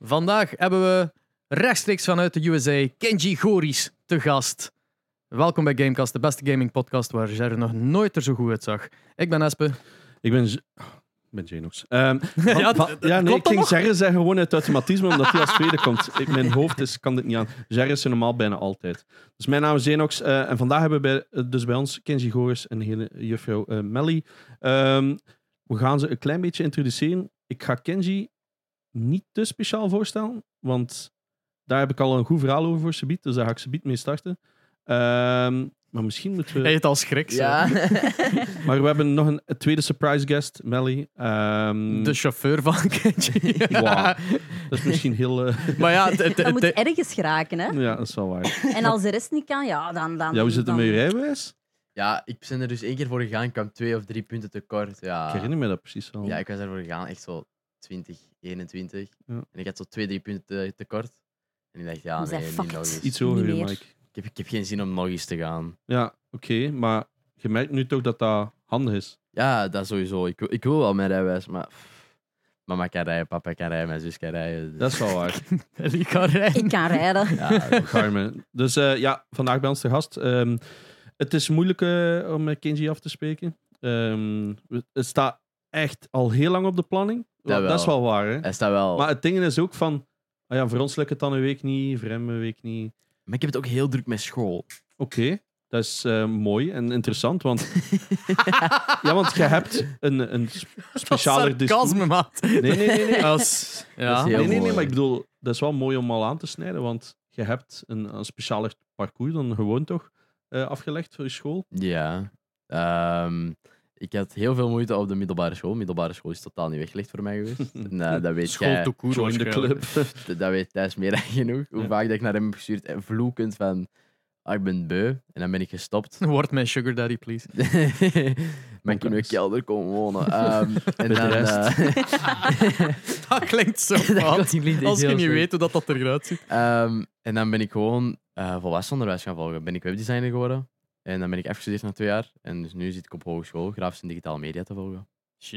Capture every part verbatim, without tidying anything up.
Vandaag hebben we rechtstreeks vanuit de U S A Kenji Goris te gast. Welkom bij Gamecast, de beste gaming podcast waar Ger nog nooit er zo goed uitzag. Ik ben Espe. Ik ben... Z- Ik ben Janox. Um, ja, va- d- d- ja, nee, klopt ik dat ging nog? Jerry zeggen gewoon uit automatisme, omdat hij als tweede komt. Ik, mijn hoofd is, kan dit niet aan. Jerry is er normaal bijna altijd. Dus mijn naam is Janox uh, en vandaag hebben we bij, uh, dus bij ons Kenji Goris en de hele juffrouw uh, Melly. Um, we gaan ze een klein beetje introduceren. Ik ga Kenji niet te speciaal voorstellen, want daar heb ik al een goed verhaal over voor Subiet, dus daar ga ik Subiet mee starten. Um, maar misschien moeten we... Hij het al schrik. Zo. Ja. Maar we hebben nog een, een tweede surprise guest, Melly. Um, De chauffeur van Kenji. Wow. Dat is misschien heel... Uh... Maar ja, het- het- Dat moet het- ergens geraken, hè? Ja, dat is wel waar. En als de rest niet kan, ja, dan... dan Ja, hoe zit het dan... met je rijbewijs? ja, ik ben er dus één keer voor gegaan. Ik kwam twee of drie punten tekort. Ja, Ik herinner me dat precies wel. ja ik was ervoor gegaan. Echt zo twintig, eenentwintig. Ja. En ik had zo twee, drie punten te- tekort. En ik dacht, ja, Dan zei, nee, fuck niet nog it. eens. Iets hoger, Niet meer. Mike. Ik heb, ik heb geen zin om nog eens te gaan. Ja, oké. Okay, maar je merkt nu toch dat dat handig is. Ja, dat sowieso. Ik, wil- ik wil wel mijn rijbewijs, maar... pff, mama kan rijden, papa kan rijden, mijn zus kan rijden. dus- Dat is wel waar. Die kan rijden. Ik kan rijden. Ja, Garmen. Dus uh, ja, vandaag bij ons te gast. Um, het is moeilijk uh, om met Kenji af te spreken. Um, het staat echt al heel lang op de planning. Dat wel. Dat is wel waar, hè? hij staat wel... Maar het ding is ook van... Ah ja, voor ons lukt het dan een week niet, voor hem een week niet. Maar ik heb het ook heel druk met school. Oké, okay, dat is uh, mooi en interessant, want... ja, want je hebt een, een sp- specialer Sarcasme, maat. Nee, nee, nee. nee. Als, ja. Dat is heel nee, nee, nee, mooi. maar ik bedoel, dat is wel mooi om al aan te snijden, want je hebt een, een specialer parcours dan gewoon toch uh, afgelegd voor je school. Ja. Ehm, ik had heel veel moeite op de middelbare school. Middelbare school is totaal niet weggelegd voor mij geweest. En, uh, dat weet School jij. to court Join the waarschijnlijk. club. Dat, dat weet Thijs meer dan genoeg. Hoe Ja. vaak dat ik naar hem heb gestuurd en vloekend van... Ah, ik ben beu. En dan ben ik gestopt. Word mijn sugar daddy, please. maar ik in mijn kelder komen wonen. Um, en Met de dan... rest. eh, Dat klinkt zo dat fout. klinkt echt Als je heel niet slecht. weet hoe dat, dat eruit ziet. Ehm, en dan ben ik gewoon uh, volwassen onderwijs gaan volgen. Ben ik webdesigner geworden. En dan ben ik afgestudeerd na twee jaar. En dus nu zit ik op hogeschool grafische en digitale media te volgen.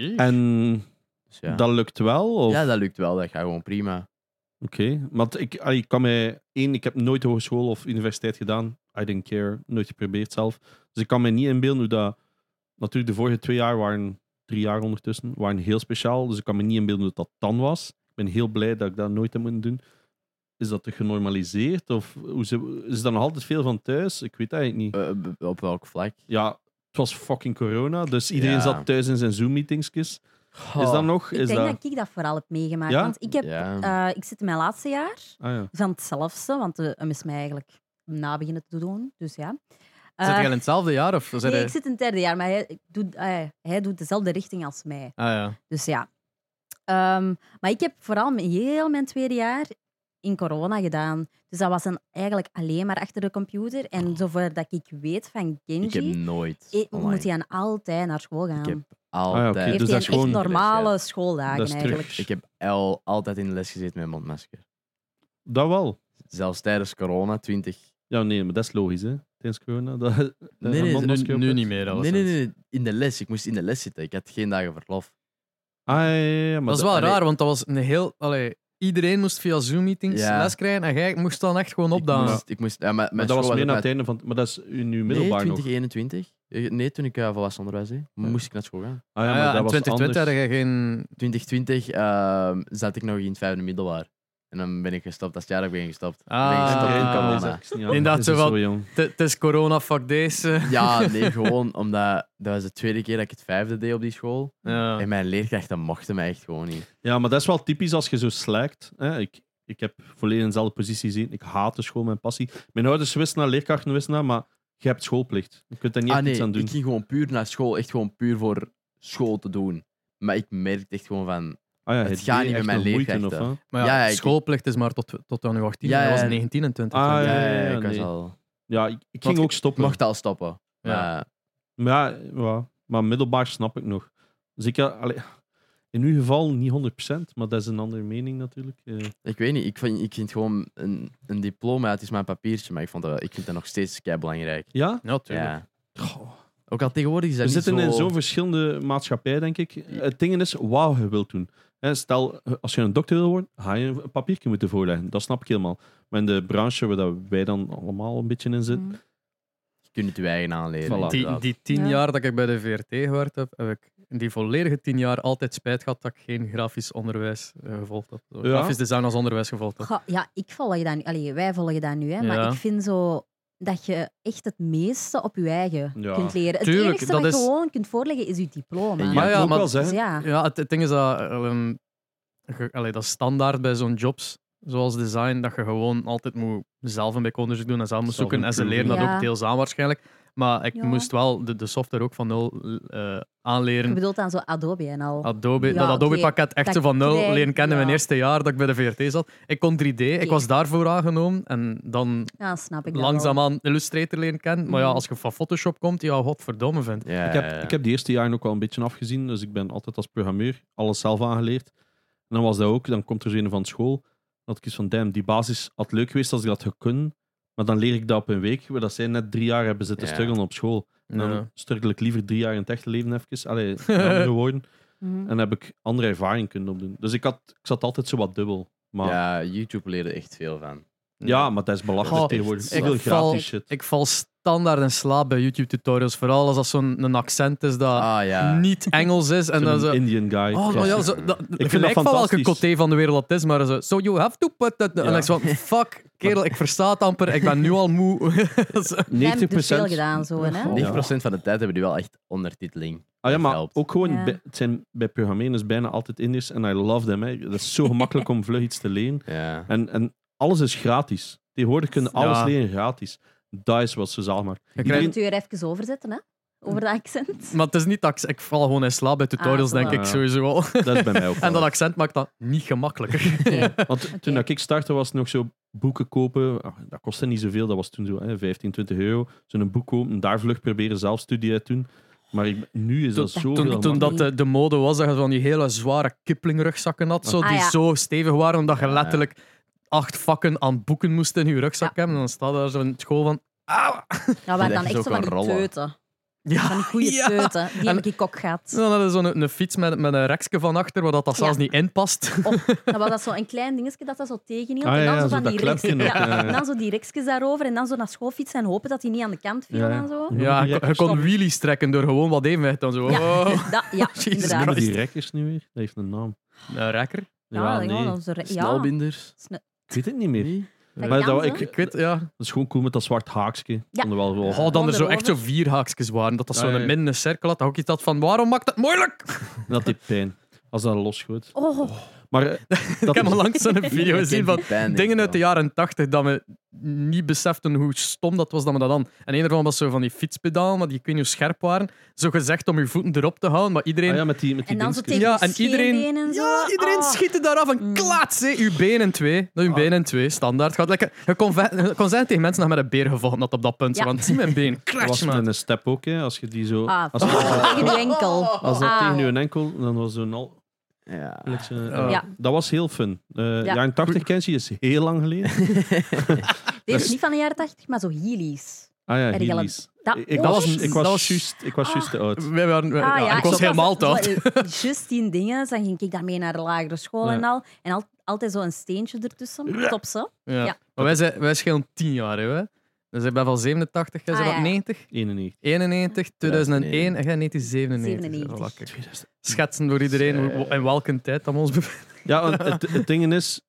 En Dus ja. dat lukt wel? Of? ja, dat lukt wel. Dat gaat gewoon prima. Oké, okay. Want ik, allee, ik kan mij... één, ik heb nooit hogeschool of universiteit gedaan. I didn't care. Nooit geprobeerd zelf. Dus ik kan me niet inbeelden hoe dat... Natuurlijk, de vorige twee jaar waren... Drie jaar ondertussen, waren heel speciaal. Dus ik kan me niet inbeelden hoe dat dan was. Ik ben heel blij dat ik dat nooit heb moeten doen. Is dat genormaliseerd? Of hoe ze, is dat nog altijd veel van thuis? Ik weet het eigenlijk niet. Uh, b- op welk vlak? Ja, het was fucking corona. Dus iedereen Ja. zat thuis in zijn Zoom-meetingsjes. Is dat nog? Ik Is denk dat... dat ik dat vooral heb meegemaakt. Ja? Want ik, heb, Ja. uh, ik zit in mijn laatste jaar Ah ja. van hetzelfde, want de M is mij eigenlijk na beginnen te doen. Dus ja. Zit Uh, jij in hetzelfde jaar? Of zijn nee, hij- ik zit in het derde jaar, maar hij doet, uh, hij doet dezelfde richting als mij. Ah ja. Dus ja. Um, maar ik heb vooral mijn- heel mijn tweede jaar in corona gedaan. Dus dat was dan eigenlijk alleen maar achter de computer. En zover dat ik weet van Kenji, Ik heb nooit. eh, online. moet hij dan altijd naar school gaan. Ik heb Ah, ja, altijd. oké. Heeft Dus hij dat een is echt gewoon- normale schooldagen Dat is terug. eigenlijk. Ik heb al, altijd in de les gezeten met mondmasker. Dat wel. Zelfs tijdens corona, twintig. Ja, nee, maar dat is logisch, hè. Tijdens corona. Dat, dat Nee, een nee, mondmasker Nu, op nu hebt. niet meer. Nee, alleszins. nee, nee. In de les. Ik moest in de les zitten. Ik had geen dagen verlof. Ah, ja, ja, ja, maar Dat is wel allee, raar, want dat was een heel... Allee, iedereen moest via Zoom-meetings Ja. les krijgen en jij moest dan echt gewoon Ik opdagen. moest, ik moest, ja, maar, Maar mijn dat was school meer ook na het met- einde van... Maar dat is in uw Nee, middelbaar nog. twintig eenentwintig. Eh, Nee, toen ik uh, volwassen onderwijs deed, moest ik naar school gaan. Ah ja, Ah maar ja, dat in was twintig twintig had anders. jij geen... twintig twintig uh, zat ik nog in het vijfde middelbaar. En dan ben ik gestopt. Dat is het jaar dat ik ben gestopt. Ah. Ik ben gestopt in Ah. corona. Inderdaad, Is zo het wel- zo jong. Het het is corona, fuck deze. Ja, nee, gewoon omdat dat was de tweede keer dat ik het vijfde deed op die school. Ja. En mijn leerkrachten mochten mij echt gewoon niet. Ja, maar dat is wel typisch als je zo slackt. Hè? Ik, ik heb volledig in dezelfde positie gezeten. Ik haat de school, mijn passie. Mijn ouders wisten dat, leerkrachten wisten dat, maar je hebt schoolplicht. Je kunt daar niet Ah echt nee, iets aan doen. ik ging gewoon puur naar school. Echt gewoon puur voor school te doen. Maar ik merkte echt gewoon van... Ah ja, het het gaat deed niet met echt mijn nog moeite, leerkrachten. of wat? Maar ja, Ja, ik- schoolplicht is maar tot, tot aan uw achttien. Ja, Hij was ja. negentien en twintig. Ah, Ja, ja, ja, ja, ja, ik was nee. al... Ja, ik, ik Want ging ook stoppen. mocht al stoppen. Ja. Maar Maar ja, ja, maar middelbaar snap ik nog. Dus ik, ja, allee, in uw geval niet honderd procent, maar dat is een andere mening natuurlijk. Eh, ik weet niet, ik vind, ik vind gewoon een, een diploma, het is maar een papiertje, maar ik, vond dat, ik vind dat nog steeds kei belangrijk. ja? Ja, tuurlijk. Ja. Goh. Ook al tegenwoordig is dat We niet zitten zo... in zo'n verschillende maatschappij, denk ik. Het ding is, wauw, je wilt doen. Hè, stel, als je een dokter wil worden, ga je een papiertje moeten voorleggen. Dat snap ik helemaal. Maar in de branche waar dat wij dan allemaal een beetje in zitten, Mm. Je kunt het je eigen aanleren. Voilà. Die, inderdaad. die tien Ja. jaar dat ik bij de V R T gewerkt heb, heb ik die volledige tien jaar altijd spijt gehad dat ik geen grafisch onderwijs eh, gevolgd heb. Zo, Ja. Grafisch design als onderwijs gevolgd heb. Goh, ja, ik volg dat nu. Allee, wij volgen dat nu, hè, maar Ja. ik vind zo dat je echt het meeste op je eigen Ja. kunt leren. Het Tuurlijk, enige dat wat je is- gewoon kunt voorleggen is je diploma. Ja, Maar ik ja, moet ook maar- wel Dus zeggen, ja. Ja, het, het ding is dat, ehm, ge- allee, dat is standaard bij zo'n jobs, zoals design, dat je gewoon altijd moet zelf een beetje onderzoek doen en zelf moet zoeken. En ze leren dat Ja. ook deels aan waarschijnlijk. Maar ik Ja. moest wel de, de software ook van nul eh, Je aanleren. bedoelt dan zo Adobe en al. Adobe, Ja, dat oké, Adobe-pakket echt dat zo van nul krijg- leren kennen ja. mijn eerste jaar dat ik bij de V R T zat. Ik kon drie D, ik Oké. was daarvoor aangenomen. En dan Ja, snap ik dat wel. langzaamaan Illustrator leren kennen. Maar ja, Mhm. als je van Photoshop komt, ja, godverdomme vindt. Ja, ik, ja, heb, ja. ik heb de eerste jaren ook wel een beetje afgezien. Dus ik ben altijd als programmeur alles zelf aangeleerd. En dan was dat ook. Dan komt er zo een van school. Dan had ik iets van, damn, die basis had leuk geweest als ik dat gekund. Maar dan leer ik dat op een week. Waar dat zij net drie jaar hebben zitten Ja. struggelen op school. En dan Ja. struggle ik liever drie jaar in het echte leven even. Allee, met andere woorden. Mhm. En dan heb ik andere ervaring kunnen opdoen. Dus ik, had, ik zat altijd zo wat dubbel. Maar ja, Ja, YouTube leerde echt veel van. maar dat is belachelijk Goh, tegenwoordig. ik Veel val- gratis shit. Ik val standaard in slaap bij YouTube-tutorials. Vooral als dat zo'n een accent is dat Ah ja. niet Engels is. En dan Zo'n zo... Indian guy. Oh, maar ja, zo, dat, dat gelijk van welke fantastisch. coté van de wereld dat is, maar zo, so you have to put that... En Ja. ik zo van, fuck, kerel, ik versta het amper, ik ben nu al moe. Zo. Wij hebben negentig dus procent veel gedaan, zo, hè? Oh. negen procent van de tijd hebben die wel echt ondertiteling. Ah ja, Dat maar helpt. ook gewoon, Ja. bij, het zijn bij programmeren is bijna altijd Indisch en I love them. Hè. Dat is zo gemakkelijk om vlug iets te leren. Ja. En, en alles is gratis. Tegenwoordig kunnen alles Ja. leren gratis. Dat is wat ze zalig maakt. Je Je krijgt- kunt u er even overzetten, hè? Over dat accent. Maar het is niet dat ik, ik val gewoon in slaap bij tutorials, Ah, denk zo. ik sowieso wel. Dat is bij mij ook En wel. dat accent maakt dat niet gemakkelijker. Oké. Want Oké. toen dat ik startte was het nog zo boeken kopen. Ah, dat kostte niet zoveel. Dat was toen zo hè, vijftien, twintig euro. Zo'n boek kopen en daar vlug proberen zelf studie uit te doen. Maar ik, nu is dat Toen, zo toen, toen dat de, de mode was dat je van die hele zware Kipling-rugzakken had, zo, Ah, die ja. zo stevig waren, omdat je Ja. letterlijk acht vakken aan boeken moest in je rugzak Ja. hebben. En dan staat daar zo'n school van... Auw! Ja, maar dat dan je echt zo zo van kan die rollen. teuten. Ja, Van die goede ja. teuten. Die En- heb ik ook gehad. Dan hadden ze zo'n een fiets met, met een rekje van achter, waar dat, dat zelfs Ja. niet in past. Dan was dat zo een klein dingetje dat dat zo tegenhield. Ah, en dan ja, zo zo van dat die rekjes. klepje ook, Ja, ja, ja. En dan zo die rekjes daarover. En dan zo naar school fietsen en hopen dat hij niet aan de kant viel Ja, ja. en zo. Ja, die je, je kon wheelies trekken door gewoon wat evenwicht dan zo. Ja. Oh. Dat, ja, Jesus inderdaad. Noemen Christ. die rekkers nu weer? Dat heeft een naam. Een rekker? Ja, Ja, gewoon nee. onze re- ja. Snelbinders. Sne- Ik weet het niet meer. Nee? Dat Maar kan, dat, zo. ik, Ik weet, ja. dat is gewoon cool met dat zwart haakje. Ja. Vond ik wel wel- Oh, dan er zo echt zo Onderover. vier haakjes waren. Dat dat Ja, zo'n ja, ja. midden een cirkel had. Dat ook iets had van, waarom maakt het moeilijk? Dat deed pijn. Als dat losgooit. Oh, Maar eh, Ik dat heb is- al langs zo'n video Je gezien kent van die pijn, denk dingen ik uit de wel. jaren tachtig dat we niet beseften hoe stom dat was dat we dat dan. En een ervan was zo van die fietspedaal, maar die ik weet niet hoe scherp waren. Zo gezegd om je voeten erop te houden, maar iedereen... Ah ja, met die, met die en dan zo dingetjes. tegen Ja, je en iedereen- scheenbeen en zo. Ja, iedereen Oh. schiet er daaraf en Mm. klaats, hè. Uw been in twee. Dat uw Ah. been in twee, standaard. Gaat lekker. Je kon, ve- je kon zijn tegen mensen nog met een beer gevochten dat op dat punt. Ja. Want zie mijn been, Dat klatsch, was man. met een step ook, hè. Als je die zo... Ah, als, tegen je enkel. als dat Ah. tegen je enkel, dan was zo'n al... Ja. gelijk zo- Ja. ja. Dat was heel fun. Uh, Ja. Jaren tachtig Kenzie is heel lang geleden. Deze is niet van de jaren tachtig, maar zo heelys. Ah ja, Heb je al- Heelys. Dat, Ik, ik oh, was, was- ik was dat was- juist ik was juist te oud. Wij waren, Ah, ja, ja, ik was helemaal te oud. zo- Juist die dingen, dan ging ik daarmee naar de lagere school Ja. en al. En al, altijd zo een steentje ertussen. Top zo. Ja. Ja. Maar wij, zijn, wij schelen tien jaar, hè. Dus ik ben van zevenentachtig, jij Ah, bent ja. negentig, eenennegentig. eenennegentig, tweeduizend één en jij negentien zevenennegentig. zevenennegentig. Ja, lekker. Schetsen voor iedereen hoe- in welke tijd dat we ons bevinden. Ja, want het, het ding is...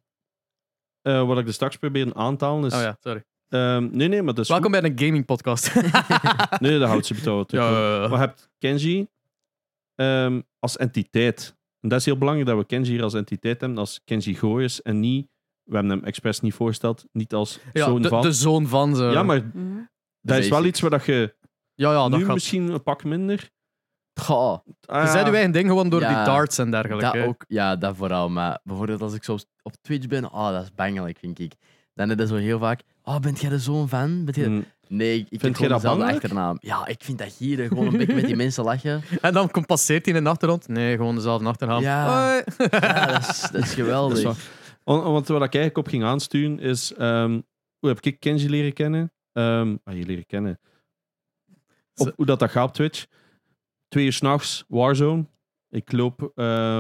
eh, wat ik er straks probeer aan te halen is... Oh ja, sorry. ehm, nee, nee, maar dat is Welkom bij een gaming podcast. goed. Nee, dat houdt ze betalen. Ja, ja, ja. Maar je hebt Kenji ehm, als entiteit. En dat is heel belangrijk dat we Kenji hier als entiteit hebben, als Kenji Gooiers en niet... We hebben hem expres niet voorgesteld, niet als Ja, zoon de, van... de zoon van ze. Ja, maar Mhm. dat is wel Basics. iets waar dat je ja, ja, dat nu gaat. misschien een pak minder... Goh, Ah, Je zei je eigen ding gewoon door Ja, die darts en dergelijke. dat hè. ook, ja, dat vooral. Maar bijvoorbeeld als ik zo op Twitch ben, oh, dat is bangelijk, vind ik. Dan is dat zo heel vaak, oh, bent jij de zoon van? Bent jij... mm, Nee, ik, ik heb jij gewoon dat dezelfde bangelijk? achternaam. Ja, ik vind dat gieren. Gewoon een beetje met die mensen lachen. En dan komt- passeert hij in de achtergrond. Nee, gewoon dezelfde achternaam. Ja. Hoi. Ja, dat is, dat is dat is geweldig. wel- Want, want wat ik eigenlijk op ging aansturen is... ehm, hoe heb ik Kenji leren kennen? Ehm ah, je leren kennen. Op, Zo- hoe dat, dat gaat op Twitch. Twee uur s'nachts, Warzone. Ik loop... ehm,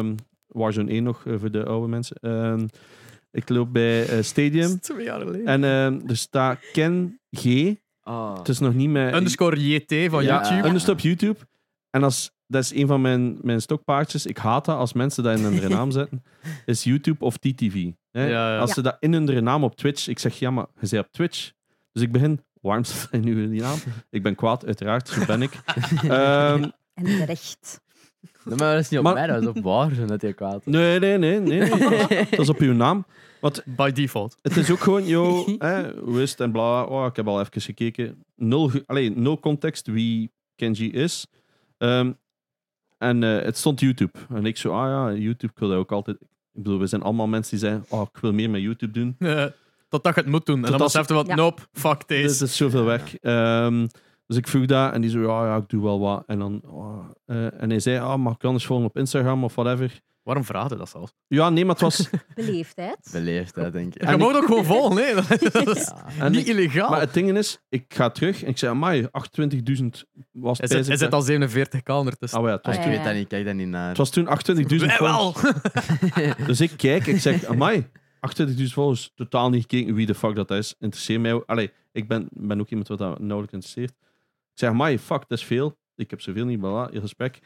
Warzone één nog, uh, voor de oude mensen. Uh, ik loop bij uh, Stadium. Twee jaar geleden. En uh, er staat Ken G. Oh. Het is nog niet met... Underscore J T van ja, YouTube. Underscore op YouTube. En als, dat is een van mijn, mijn stokpaardjes. Ik haat dat als mensen dat in hun naam zetten. Is YouTube of T T V. Hè? Ja, ja. Als ze dat in hun naam op Twitch... Ik zeg, ja, maar je bent op Twitch. Dus ik begin... Waarom staat hij nu in die naam? Ik ben kwaad, uiteraard. Zo ben ik. um, En terecht. Nee, maar dat is niet op Maar- mij, dat is op Warzone dat je kwaad is. nee, nee, nee. nee, nee. Dat, is, dat is op uw naam. Want By default. het is ook gewoon, yo, hè, hoe is het en bla. Oh, ik heb al even gekeken. Nul, ge- allee, nul context wie Kenji is. Um, en uh, het stond YouTube. En ik zo, ah ja, YouTube, ik wil dat ook altijd... Ik bedoel, we zijn allemaal mensen die zeggen, oh, ik wil meer met YouTube doen. Uh, totdat je het moet doen. En dan Totdat- besefte wat, Ja. nope, fuck Dus deze. het is zoveel werk. Um, dus ik vroeg dat en die zo, ja, ja, ik doe wel wat. En, dan, oh, uh, en hij zei, ah, mag ik anders volgen op Instagram of whatever? Waarom vraag je dat zelfs? Ja, nee, maar het was... Beleefdheid. Beleefdheid, denk ik. Je En mag ook gewoon volgen, nee. Dat is Ja. en niet ik- illegaal. maar het ding is, ik ga terug en ik zei, amai, achtentwintigduizend was het Is het, bij is het al zevenenveertig k ondertussen? Oh ja, het was, Ah, ik Ja, weet ja. dat niet, ik kijk daar niet naar. het was toen achtentwintigduizend Wij volgers. wel. Dus ik kijk, ik zeg, amai, achtentwintigduizend volgers, totaal niet gekeken wie de fuck dat is. Interesseert mij ook. Allee, ik ben, ben ook iemand wat dat nauwelijks interesseert. Ik zeg, amai, fuck, dat is veel. Ik heb zoveel niet, voilà, in gesprek.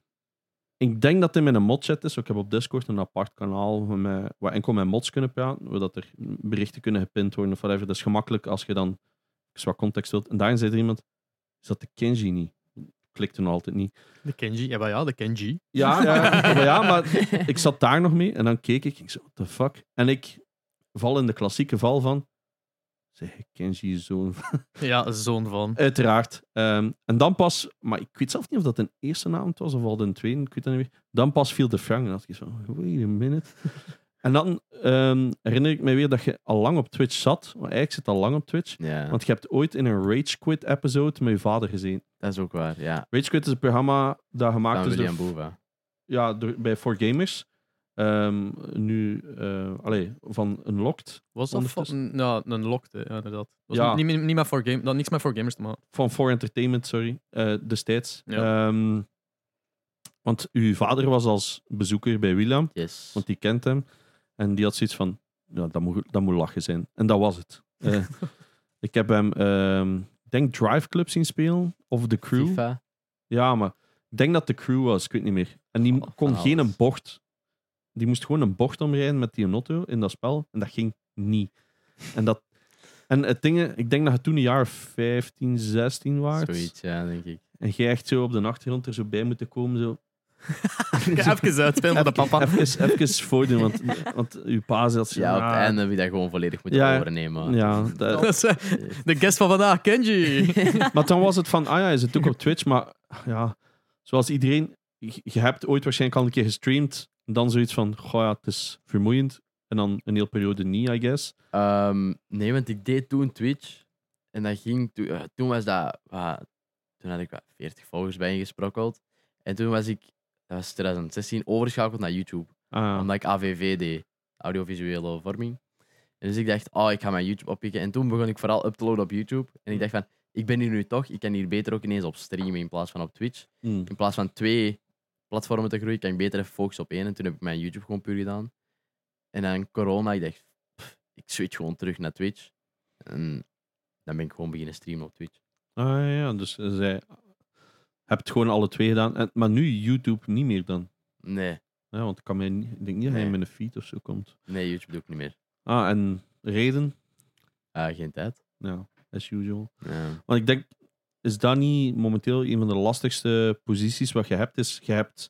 Ik denk dat het in mijn modchat is. Ik heb op Discord een apart kanaal met, waar enkel mijn mods kunnen praten, waar dat er berichten kunnen gepind worden of whatever. Dat is gemakkelijk als je dan eens wat context wilt. En daarin zei er iemand, is dat de Kenji niet? Klikte nog altijd niet. De Kenji, ja, maar ja, de Kenji. Ja, ja, maar ja, maar ik zat daar nog mee en dan keek ik. Ik zo, what the fuck? En ik val in de klassieke val van, zeg, Kenji is zo'n... Ja, zoon van. Uiteraard. Um, en dan pas, maar ik weet zelf niet of dat een eerste avond was of al de tweede, ik weet dat niet meer. Dan pas viel de Frank en dacht ik zo, wait a minute. En dan um, herinner ik me weer dat je al lang op Twitch zat. Maar eigenlijk zit al lang op Twitch. Ja, Want je hebt ooit in een Rage Quit episode met je vader gezien. dat is ook waar, ja. Rage Quit is een programma dat gemaakt Van is door, William Boeva. ja, door, bij four gamers. Um, nu, uh, allee, van Unlocked. Was dat Ondertussen. van, ja, een lokte, ja, inderdaad. Was Ja. niet, niet, niet met voor game, dat niks met voor gamers te maken. Van four Entertainment, sorry. Uh, destijds. Ja. Um, want uw vader was als bezoeker bij William. Yes. Want die kent hem. En die had zoiets van, ja, dat moet, dat moet lachen zijn. En dat was het. Uh, ik heb hem, um, ik denk Drive Club zien spelen. Of The Crew. FIFA. Ja, maar ik denk dat The Crew was. Ik weet niet meer. En die Oh, van kon geen alles. een bocht. Die moest gewoon een bocht omrijden met die auto in dat spel. En dat ging niet. En, dat, en het ding, ik denk dat je toen een jaar vijftien, zestien waard. Zoiets, ja, denk ik. En jij echt zo op de achtergrond er zo bij moeten komen. Zo. Even uitspelen voor de papa. Even, even voordoen, want, want uw pa zat zo... Ja, op ah, het einde heb je dat gewoon volledig moeten Ja, overnemen. Ja, dat- Dat is, eh, de guest van vandaag, Kenji. maar dan was het van, ah ja, je zit ook op Twitch, maar ja, zoals iedereen, je, je hebt ooit waarschijnlijk al een keer gestreamd, en dan zoiets van, goh ja, het is vermoeiend, en dan een hele periode niet, I guess. Ehm, nee, want ik deed toen Twitch. En dat ging... Toen, eh, toen was dat... wat, toen had ik wat, veertig volgers bij ingesprokkeld. En toen was ik... Dat was twintig zestien, overgeschakeld naar YouTube. Ah, Omdat ik A V V deed. Audiovisuele vorming. En dus ik dacht, oh, ik ga mijn YouTube oppikken. En toen begon ik vooral up te loaden op YouTube. En ik dacht van, ik ben hier nu toch. Ik kan hier beter ook ineens op streamen in plaats van op Twitch. hmm. In plaats van twee platformen te groeien, kan ik beter even focussen op één. En toen heb ik mijn YouTube gewoon puur gedaan. En dan corona, ik dacht, pff, ik switch gewoon terug naar Twitch. En dan ben ik gewoon beginnen streamen op Twitch. Ah ja, dus uh, zij hebt gewoon alle twee gedaan, en, maar nu YouTube niet meer dan. Nee, Ja, want ik, kan mij niet, ik denk niet dat hij Nee. in mijn feed of zo komt. nee, YouTube doe ik niet meer. Ah, en reden? Ah, geen tijd. Ja, as usual. Ja. Want ik denk, is dat niet momenteel een van de lastigste posities wat je hebt? Is, je hebt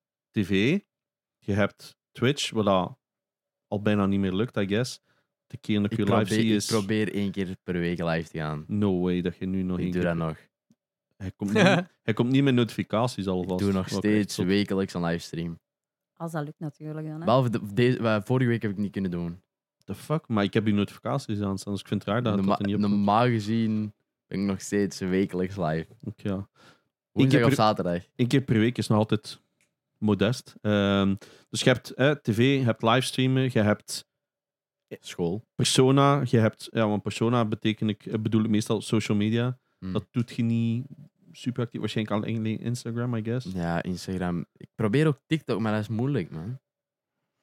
tv, je hebt Twitch, wat dat al bijna niet meer lukt, I guess. De keer dat Ik, je live probeer, zie ik is probeer één keer per week live te gaan. no way dat je nu nog Ik één doe keer- dat nog. Hij komt niet, hij komt niet met notificaties Ik alvast. doe nog Wat echt steeds zot. wekelijks een livestream. Als dat lukt natuurlijk dan. Hè. Behalve de, deze, wat vorige week heb ik niet kunnen doen. The fuck? Maar ik heb die notificaties aan staan, dus ik vind het raar dat het Norma- dat er niet op komt. normaal gezien ben ik nog steeds wekelijks live. Ook, ja. Woensdag per- of zaterdag. Eén keer per week is nog altijd modest. Ehm, dus je hebt eh, tv, je hebt livestreamen, je hebt School. persona, je hebt, ja, want persona betekent ik, eh, bedoel ik meestal social media. Hm. Dat doet je niet super actief. Waarschijnlijk alleen Instagram, I guess. Ja, Instagram. Ik probeer ook TikTok, maar dat is moeilijk, man.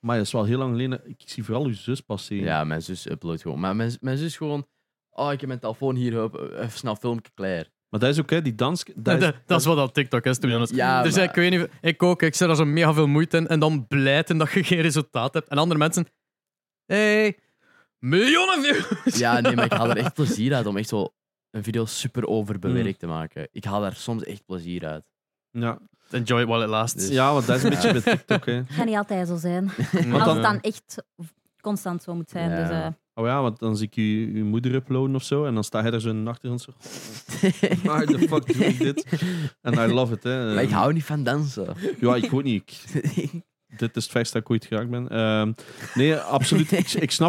Maar dat is wel heel lang geleden. Ik zie vooral uw zus passeren. Ja, mijn zus uploadt gewoon. Maar mijn, mijn zus gewoon... Oh, ik heb mijn telefoon hier, hup, even snel filmpje klaar. Maar dat is ook, hè, die dans... Dat Dat, is, dat, dat is wat dat TikTok is, to be honest. Ja, dus maar- ik weet niet, ik ook, ik zet er zo mega veel moeite in en dan blijt in dat je geen resultaat hebt. En andere mensen, hey, miljoenen views. Ja, nee, maar ik haal er echt plezier uit om echt zo een video super overbewerkt Mm. te maken. Ik haal daar soms echt plezier uit. ja. Enjoy it while it lasts. Dus- ja, want dat is een beetje Ja. met TikTok. Hè. Het gaat niet altijd zo zijn. Want Als dan, het dan echt constant zo moet zijn. Ja. Dus, eh, oh ja, want dan zie ik je, je moeder uploaden of zo. En dan staat hij er zo in de achtergrond zo... Why the fuck doe ik dit? En I love it. Hè. Maar ik hou niet van dansen. Ja, ik weet niet. Ik- dit is het verste dat ik ooit geraakt ben. Ehm, nee, absoluut. Ik, ik snap